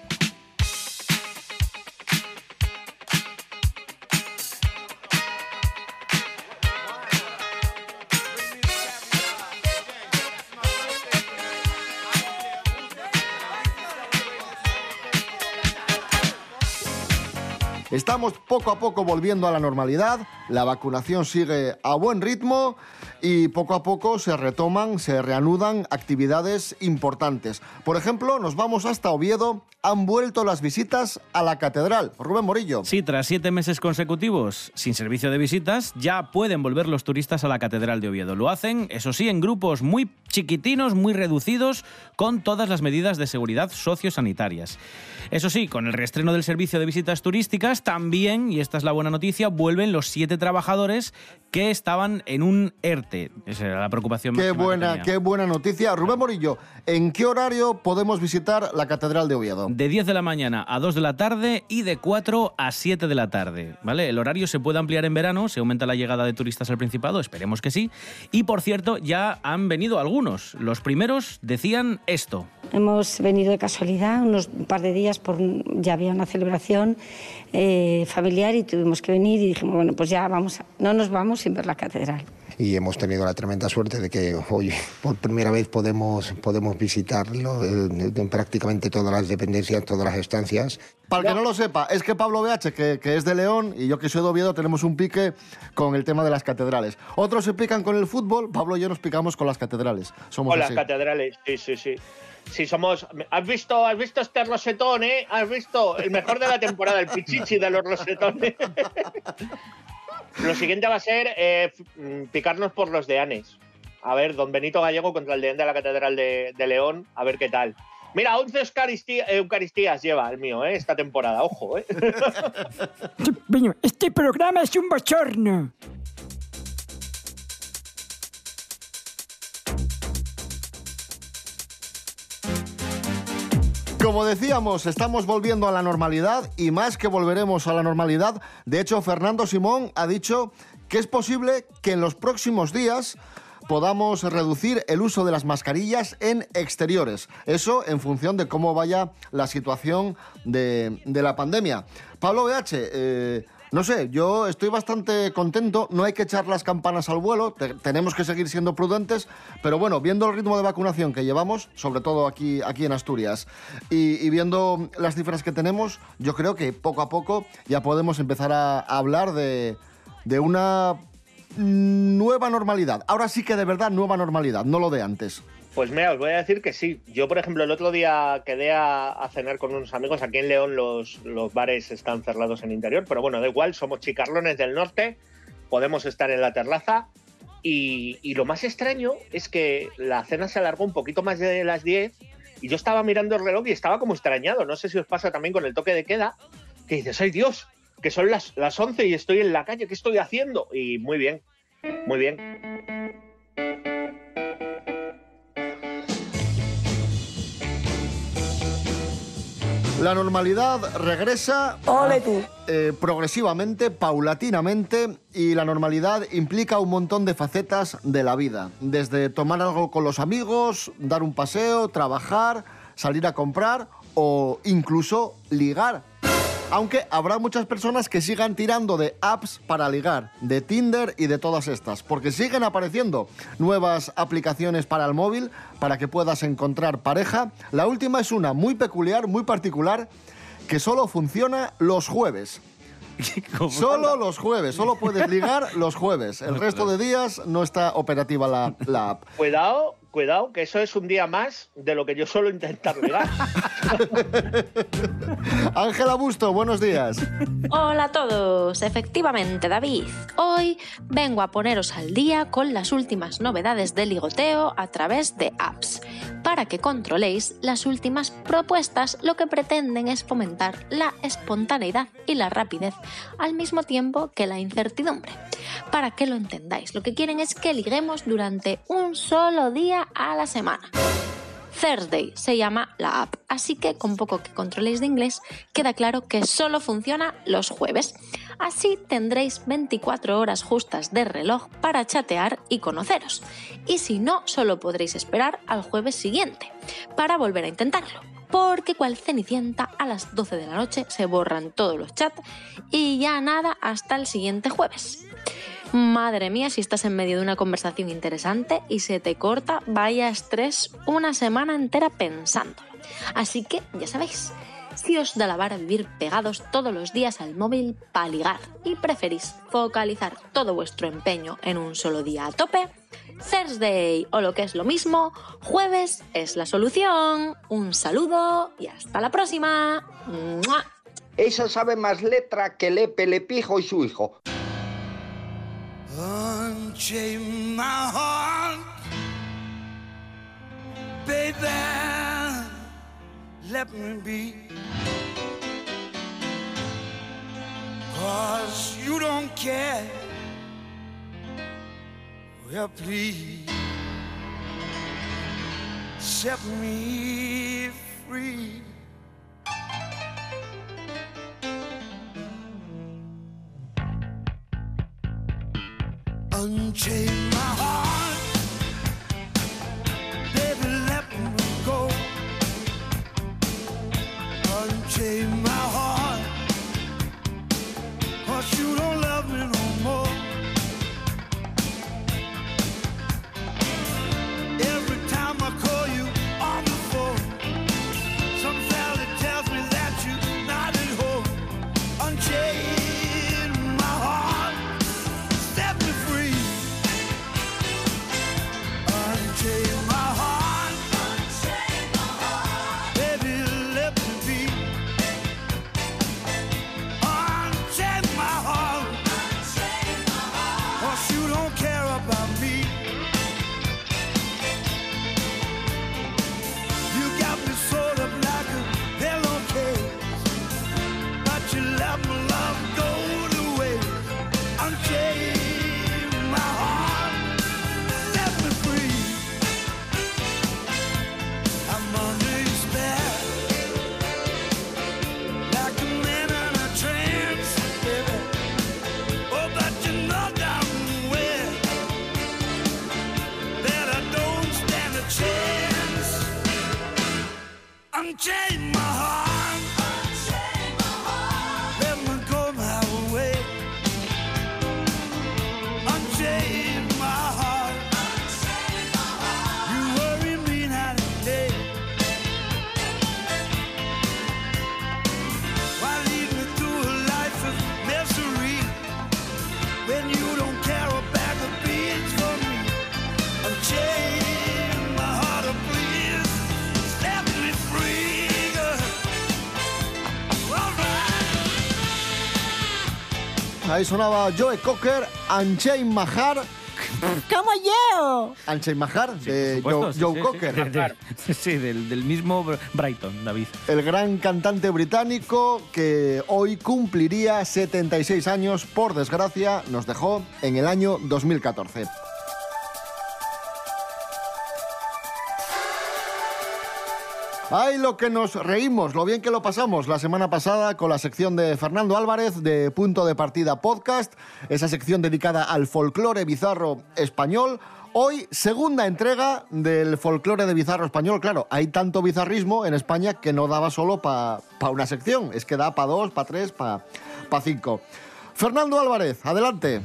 Estamos poco a poco volviendo a la normalidad, la vacunación sigue a buen ritmo y poco a poco se retoman, se reanudan actividades importantes. Por ejemplo, nos vamos hasta Oviedo, han vuelto las visitas a la catedral. Rubén Morillo. Sí, tras siete meses consecutivos sin servicio de visitas, ya pueden volver los turistas a la catedral de Oviedo. Lo hacen, eso sí, en grupos muy chiquitinos, muy reducidos, con todas las medidas de seguridad sociosanitarias. Eso sí, con el reestreno del servicio de visitas turísticas, también, y esta es la buena noticia, vuelven los siete trabajadores que estaban en un ERTE. Esa era la preocupación Qué máxima buena, que tenía. qué buena noticia. Rubén Morillo, ¿en qué horario podemos visitar la catedral de Oviedo? De diez de la mañana a dos de la tarde y de cuatro a siete de la tarde, ¿vale? El horario se puede ampliar en verano, se aumenta la llegada de turistas al Principado, esperemos que sí. Y, por cierto, ya han venido algunos. Los primeros decían esto. Hemos venido de casualidad, unos un par de días, por, ya había una celebración eh, familiar y tuvimos que venir y dijimos, bueno, pues ya vamos, a, no nos vamos sin ver la catedral. Y hemos tenido la tremenda suerte de que hoy por primera vez podemos, podemos visitarlo en, en prácticamente todas las dependencias, todas las estancias. Para el que no lo sepa, es que Pablo B H, que, que es de León, y yo que soy de Oviedo, tenemos un pique con el tema de las catedrales. Otros se pican con el fútbol, Pablo y yo nos picamos con las catedrales. Somos con así. Las catedrales, sí, sí, sí. Sí, somos... ¿Has visto, has visto este rosetón, eh? ¿Has visto? El mejor de la temporada, el pichichi de los rosetones. Lo siguiente va a ser eh, picarnos por los deanes. A ver, don Benito Gallego contra el deán de la Catedral de, de León, a ver qué tal. Mira, once eucaristía, eucaristías lleva el mío, ¿eh? Esta temporada, ojo, ¿eh? Bueno, este programa es un bochorno. Como decíamos, estamos volviendo a la normalidad y más que volveremos a la normalidad. De hecho, Fernando Simón ha dicho que es posible que en los próximos días podamos reducir el uso de las mascarillas en exteriores. Eso en función de cómo vaya la situación de, de la pandemia. Pablo B H, eh, no sé, yo estoy bastante contento. No hay que echar las campanas al vuelo, te, tenemos que seguir siendo prudentes, pero bueno, viendo el ritmo de vacunación que llevamos, sobre todo aquí, aquí en Asturias, y, y viendo las cifras que tenemos, yo creo que poco a poco ya podemos empezar a, a hablar de, de una nueva normalidad. Ahora sí que de verdad nueva normalidad, no lo de antes. Pues mira, os voy a decir que sí. Yo, por ejemplo, el otro día quedé a, a cenar con unos amigos. Aquí en León los, los bares están cerrados en interior, pero bueno, da igual, somos chicarlones del norte, podemos estar en la terraza. Y, y lo más extraño es que la cena se alargó un poquito más de las diez y yo estaba mirando el reloj y estaba como extrañado. No sé si os pasa también con el toque de queda, que dices, ¡ay Dios! Que son las, las once y estoy en la calle, ¿qué estoy haciendo? Y muy bien, muy bien. La normalidad regresa Ole tú. eh, progresivamente, paulatinamente, y la normalidad implica un montón de facetas de la vida. Desde tomar algo con los amigos, dar un paseo, trabajar, salir a comprar o incluso ligar. Aunque habrá muchas personas que sigan tirando de apps para ligar, de Tinder y de todas estas, porque siguen apareciendo nuevas aplicaciones para el móvil para que puedas encontrar pareja. La última es una muy peculiar, muy particular, que solo funciona los jueves. Solo los jueves, solo puedes ligar los jueves. El resto de días no está operativa la, la app. Cuidado, cuidado, que eso es un día más de lo que yo suelo intentar ligar. Ángela Busto, buenos días. Hola a todos, efectivamente David. Hoy vengo a poneros al día con las últimas novedades de ligoteo a través de apps, para que controléis las últimas propuestas. Lo que pretenden es fomentar la espontaneidad y la rapidez, al mismo tiempo que la incertidumbre. Para que lo entendáis, lo que quieren es que liguemos durante un solo día a la semana. Thursday se llama la app, así que con poco que controléis de inglés, queda claro que solo funciona los jueves. Así tendréis veinticuatro horas justas de reloj para chatear y conoceros. Y si no, solo podréis esperar al jueves siguiente para volver a intentarlo. Porque cual Cenicienta, a las doce de la noche se borran todos los chats y ya nada hasta el siguiente jueves. Madre mía, si estás en medio de una conversación interesante y se te corta, vaya estrés una semana entera pensándolo. Así que, ya sabéis, si os da la vara vivir pegados todos los días al móvil para ligar y preferís focalizar todo vuestro empeño en un solo día a tope, Thursday, o lo que es lo mismo, jueves es la solución. Un saludo y hasta la próxima. ¡Mua! Esa sabe más letra que Lepe, Lepijo y su hijo. Unchain my heart, baby, let me be, 'cause you don't care, well please, set me free. Unchain my heart, baby, let me go. Unchain my heart, 'cause you don't love me no more. Every time I call you on the phone, some fella tells me that you're not at home. Unchain my heart, set me free. Unchain my heart, unchain my heart, baby, let me be. Unchain my heart, unchain my heart, 'cause you don't care about me. You got me sort of like a pillowcase, but you let my love go to waste. Unchain my heart, set me free. I'm under your spell, like a man in a trance, baby. Oh, but you know damn well that I don't stand a chance. Unchain my heart, unchain my heart, let me go my way. Unchain my heart, unchain my heart, you worry me night and day. Why lead me through a life of misery when you don't care a bag of beans for me? Unchain my heart, oh please, set me free, girl. All right. Ahí sonaba Joe Cocker, Unchain My Heart. ¡Como yo! Unchain My Heart, de Por Joe, supuesto, Joe sí, sí, Cocker. sí, de- sí, del, del mismo Brighton, David. El gran cantante británico que hoy cumpliría setenta y seis años, por desgracia, nos dejó en el año dos mil catorce. Ay, lo que nos reímos, lo bien que lo pasamos la semana pasada con la sección de Fernando Álvarez de Punto de Partida Podcast, esa sección dedicada al folclore bizarro español. Hoy, segunda entrega del folclore de bizarro español. Claro, hay tanto bizarrismo en España que no daba solo para pa una sección, es que da para dos, para tres, para pa cinco. Fernando Álvarez, adelante.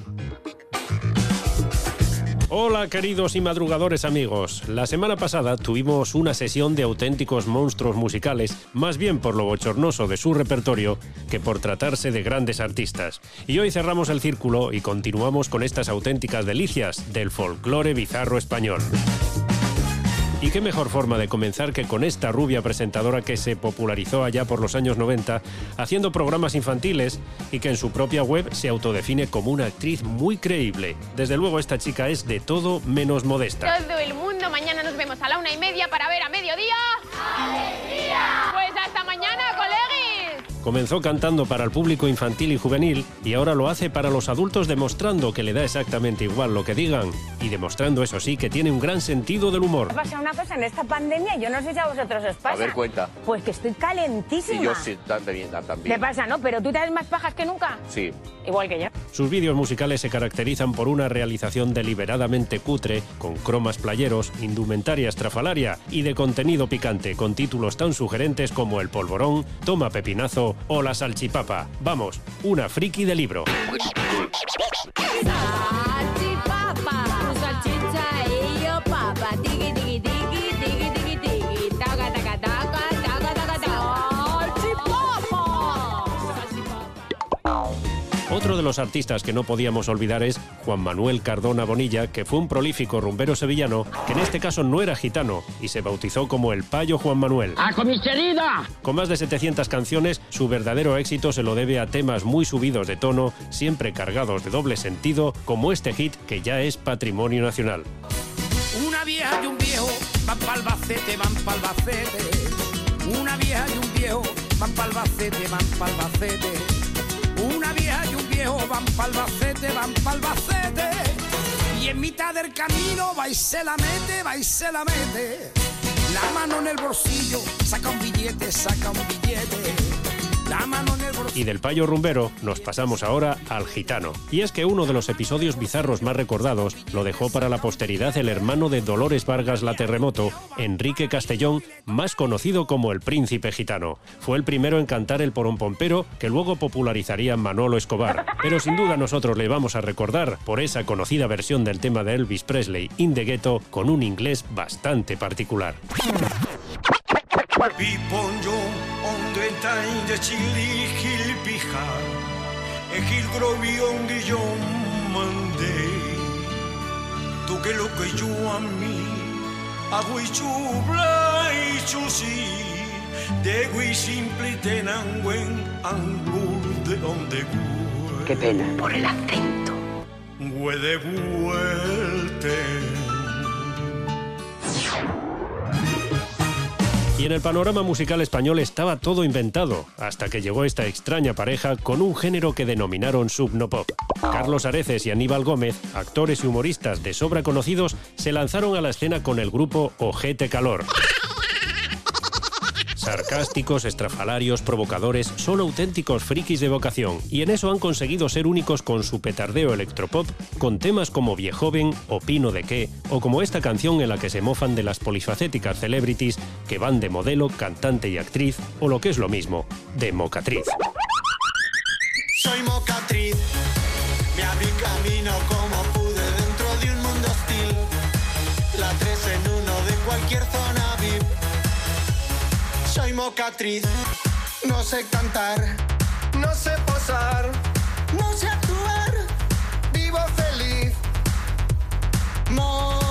Hola queridos y madrugadores amigos, la semana pasada tuvimos una sesión de auténticos monstruos musicales, más bien por lo bochornoso de su repertorio que por tratarse de grandes artistas. Y hoy cerramos el círculo y continuamos con estas auténticas delicias del folclore bizarro español. Y qué mejor forma de comenzar que con esta rubia presentadora que se popularizó allá por los años noventa haciendo programas infantiles y que en su propia web se autodefine como una actriz muy creíble. Desde luego esta chica es de todo menos modesta. Todo el mundo, mañana nos vemos a la una y media para ver a mediodía. ¡Alegría! Pues hasta mañana, coleguis. Comenzó cantando para el público infantil y juvenil y ahora lo hace para los adultos demostrando que le da exactamente igual lo que digan y demostrando, eso sí, que tiene un gran sentido del humor. Pasa una cosa en esta pandemia, yo no sé si a vosotros os pasa. A ver, cuenta. Pues que estoy calentísima. Y yo sí, también, también. ¿Te pasa, no? ¿Pero tú te das más pajas que nunca? Sí. Igual que yo. Sus vídeos musicales se caracterizan por una realización deliberadamente cutre, con cromas playeros, indumentaria estrafalaria y de contenido picante, con títulos tan sugerentes como El Polvorón, Toma Pepinazo o La Salchipapa. Vamos, una friki de libro. Otro de los artistas que no podíamos olvidar es Juan Manuel Cardona Bonilla, que fue un prolífico rumbero sevillano, que en este caso no era gitano y se bautizó como el Payo Juan Manuel. ¡A comisaría! Con más de setecientas canciones, su verdadero éxito se lo debe a temas muy subidos de tono, siempre cargados de doble sentido, como este hit que ya es patrimonio nacional. Una vieja y un viejo van pa'l Albacete, van pa'l Albacete. Una vieja y un viejo van pa'l Albacete, van pa'l Albacete. Una vieja y un viejo van pa'l Albacete, van pa'l Albacete. Y en mitad del camino va y se la mete, va y se la mete. La mano en el bolsillo, saca un billete, saca un billete. La mano en el bolsillo. Y del payo rumbero nos pasamos ahora al gitano. Y es que uno de los episodios bizarros más recordados lo dejó para la posteridad el hermano de Dolores Vargas la Terremoto, Enrique Castellón, más conocido como el Príncipe Gitano. Fue el primero en cantar el porompompero que luego popularizaría Manolo Escobar. Pero sin duda nosotros le vamos a recordar por esa conocida versión del tema de Elvis Presley, In the Ghetto, con un inglés bastante particular. Piponjo, ondo entain de chili gilpija, e gil grovión de yo mandé. Tú que lo que yo a mí, hago y chubla y chusi, de gui simple tenan buen angur de donde gue. Qué pena. Por el acento. Gue de vuelte. Y en el panorama musical español estaba todo inventado, hasta que llegó esta extraña pareja con un género que denominaron subnopop. Carlos Areces y Aníbal Gómez, actores y humoristas de sobra conocidos, se lanzaron a la escena con el grupo Ojete Calor. Sarcásticos, estrafalarios, provocadores, son auténticos frikis de vocación y en eso han conseguido ser únicos con su petardeo electropop, con temas como Viejoven, Opino de qué, o como esta canción en la que se mofan de las polifacéticas celebrities que van de modelo, cantante y actriz, o lo que es lo mismo, de mocatriz. Soy mocatriz, me abrí camino como pude dentro de un mundo hostil. La tres en uno de cualquier zona V I P. Soy mocatriz, no sé cantar, no sé posar, no sé actuar, vivo feliz. Mocatriz.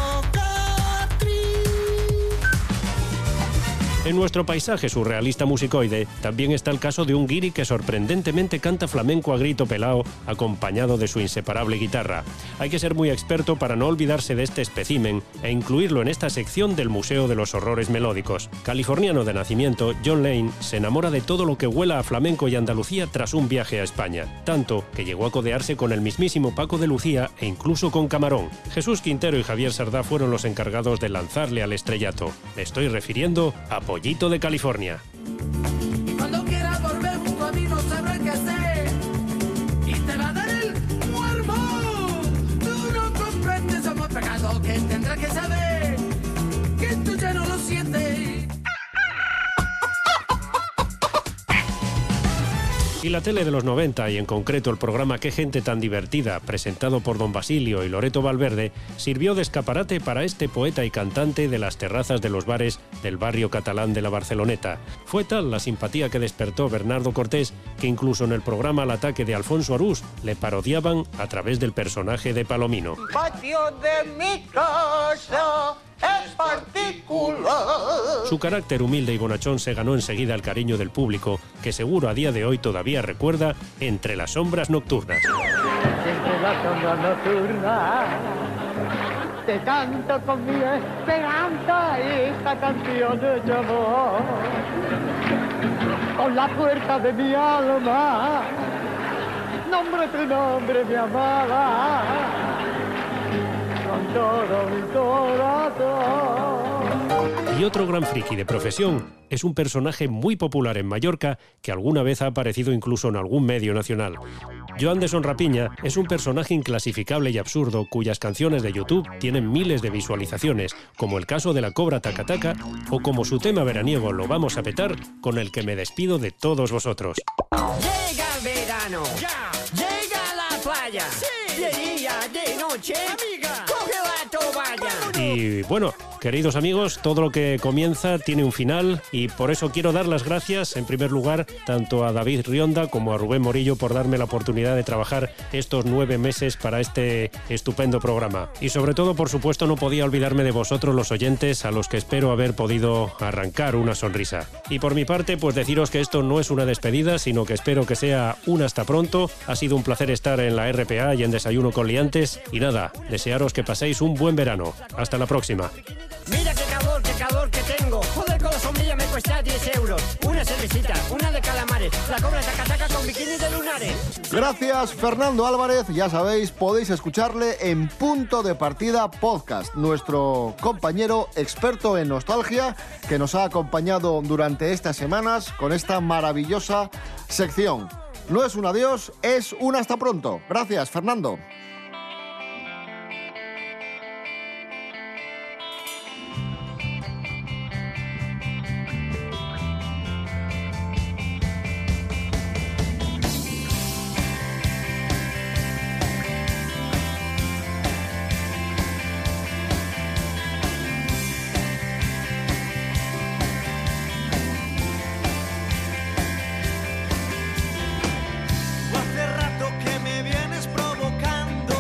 En nuestro paisaje surrealista musicoide también está el caso de un guiri que sorprendentemente canta flamenco a grito pelao acompañado de su inseparable guitarra. Hay que ser muy experto para no olvidarse de este espécimen e incluirlo en esta sección del Museo de los Horrores Melódicos. Californiano de nacimiento, John Lane se enamora de todo lo que huela a flamenco y Andalucía tras un viaje a España, tanto que llegó a codearse con el mismísimo Paco de Lucía e incluso con Camarón. Jesús Quintero y Javier Sardá fueron los encargados de lanzarle al estrellato. Me estoy refiriendo a Pollito Rayito de California. Y cuando quieras volver junto a mí no sabrás qué hacer. Y te va a dar el muermo. Tú no comprendes, somos pecado que tendrás que saber. Que tú ya no lo sientes. Y la tele de los noventa, y en concreto el programa Qué gente tan divertida, presentado por Don Basilio y Loreto Valverde, sirvió de escaparate para este poeta y cantante de las terrazas de los bares del barrio catalán de la Barceloneta. Fue tal la simpatía que despertó Bernardo Cortés que incluso en el programa Al ataque de Alfonso Arús le parodiaban a través del personaje de Palomino. Patio de mi casa es particular. Su carácter humilde y bonachón se ganó enseguida el cariño del público, que seguro a día de hoy todavía recuerda Entre las sombras nocturnas. Entre la sombra nocturna te canto con mi esperanza esta canción de amor. Con la fuerza de mi alma, nombre tu nombre mi amada, con todo mi corazón. Y otro gran friki de profesión es un personaje muy popular en Mallorca que alguna vez ha aparecido incluso en algún medio nacional. Joan de Sonrapiña es un personaje inclasificable y absurdo cuyas canciones de YouTube tienen miles de visualizaciones, como el caso de la Cobra Taca Taca o como su tema veraniego Lo vamos a petar, con el que me despido de todos vosotros. Llega el verano, ya. Llega la playa, sí. De día, de noche, amiga, coge la toalla. Y bueno, queridos amigos, todo lo que comienza tiene un final y por eso quiero dar las gracias, en primer lugar, tanto a David Rionda como a Rubén Morillo por darme la oportunidad de trabajar estos nueve meses para este estupendo programa. Y sobre todo, por supuesto, no podía olvidarme de vosotros, los oyentes, a los que espero haber podido arrancar una sonrisa. Y por mi parte, pues deciros que esto no es una despedida, sino que espero que sea un hasta pronto. Ha sido un placer estar en la R P A y en Desayuno con Liantes. Y nada, desearos que paséis un buen verano. Hasta la próxima. Mira qué calor, qué calor que tengo. Joder, con la sombrilla me cuesta diez euros. Una cervecita, una de calamares. La Cobra Taca Taca con bikini de lunares. Gracias, Fernando Álvarez. Ya sabéis, podéis escucharle en Punto de Partida Podcast, nuestro compañero experto en nostalgia que nos ha acompañado durante estas semanas con esta maravillosa sección. No es un adiós, es un hasta pronto. Gracias, Fernando. Hace rato que me vienes provocando.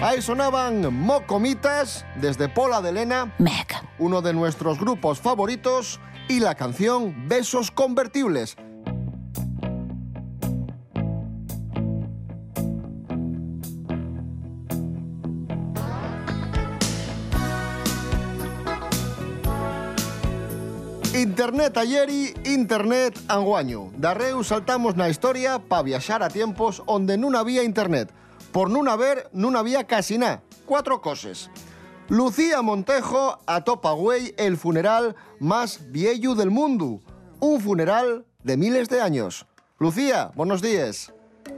Ahí sonaban Mocomitas desde Pola de Lena, uno de nuestros grupos favoritos, y la canción Besos Convertibles. Internet ayer y Internet anguaño. Darreu saltamos na historia pa viaxar a tiempos onde non había internet. Por non haber, non había casi nada. Cuatro cosas. Lucía Montejo atopa güey el funeral más viejo del mundo. Un funeral de miles de años. Lucía, buenos días.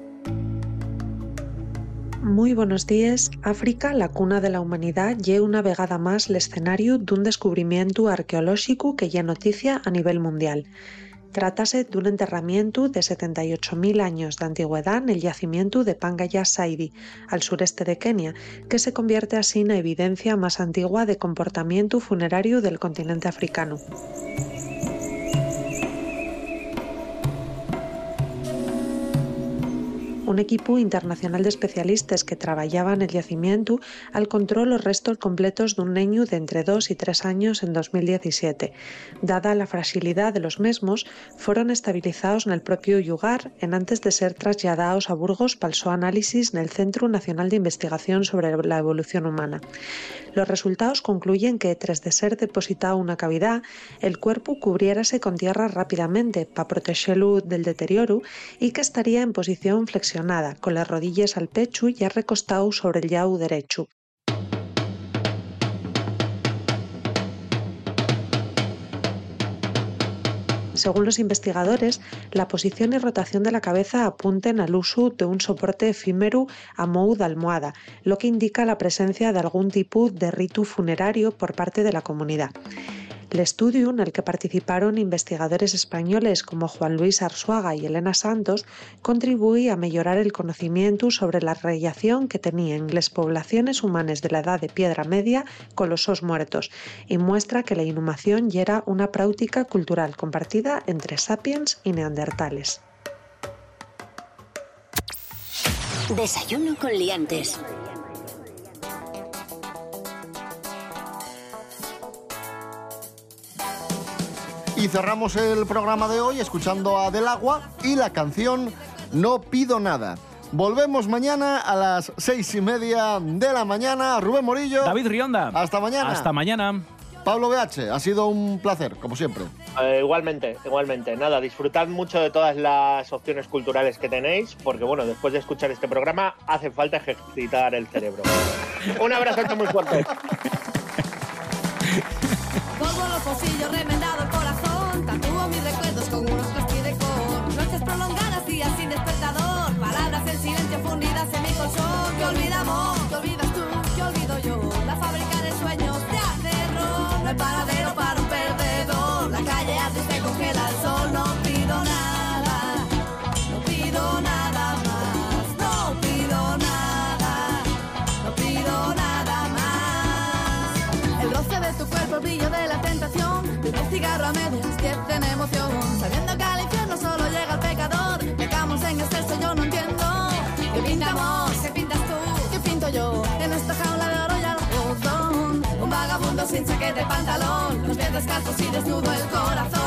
Muy buenos días. África, la cuna de la humanidad, lle una vegada más l'escenario d'un descubrimiento arqueológico que ya noticia a nivel mundial. Trátase de un enterramiento de setenta y ocho mil años de antigüedad en el yacimiento de Pangaya Saidi, al sureste de Kenia, que se convierte así en la evidencia más antigua de comportamiento funerario del continente africano. Un equipo internacional de especialistas que trabajaba en el yacimiento encontró los restos completos de un niño de entre dos y tres años en dos mil diecisiete. Dada la fragilidad de los mismos, fueron estabilizados en el propio lugar en antes de ser trasladados a Burgos para su análisis en el Centro Nacional de Investigación sobre la Evolución Humana. Los resultados concluyen que, tras de ser depositado una cavidad, el cuerpo cubriérase con tierra rápidamente para protegerlo del deterioro y que estaría en posición flexionada, con las rodillas al pecho y recostado sobre el llau derecho. Según los investigadores, la posición y rotación de la cabeza apuntan al uso de un soporte efímero a modo de almohada, lo que indica la presencia de algún tipo de rito funerario por parte de la comunidad. El estudio, en el que participaron investigadores españoles como Juan Luis Arzuaga y Elena Santos, contribuye a mejorar el conocimiento sobre la relación que tenían las poblaciones humanas de la Edad de Piedra Media con los sos muertos y muestra que la inhumación ya era una práctica cultural compartida entre sapiens y neandertales. Desayuno con liantes. Y cerramos el programa de hoy escuchando a Del Agua y la canción No Pido Nada. Volvemos mañana a las seis y media de la mañana. Rubén Morillo. David Rionda. Hasta mañana. Hasta mañana. Pablo B H, ha sido un placer, como siempre. Eh, igualmente, igualmente. Nada, disfrutad mucho de todas las opciones culturales que tenéis, porque bueno, después de escuchar este programa hace falta ejercitar el cerebro. Un abrazo muy fuerte. Polvo los bolsillos, remendado el corazón, tatúo mis recuerdos con unos cosquillos de cor. Noches prolongadas, días sin despertador, palabras en silencio fundidas en mi colchón. Que olvidamos, que olvidas tú, que olvido yo. La fábrica de sueños te hace error, no hay paradero para un perdedor. La calle antes te congela el sol, no pido nada, no pido nada más, no pido nada, no pido nada más. El roce de tu cuerpo, el brillo de la tentación, de un cigarro a medias que tiene emoción, sabiendo que al infierno solo llega el pecador. Pecamos en exceso, yo no entiendo. ¿Qué pintamos? ¿Qué pintas tú? ¿Qué pinto yo? En esta jaula de oro ya lo Un vagabundo sin chaqueta de pantalón, los pies descalzos y desnudo el corazón.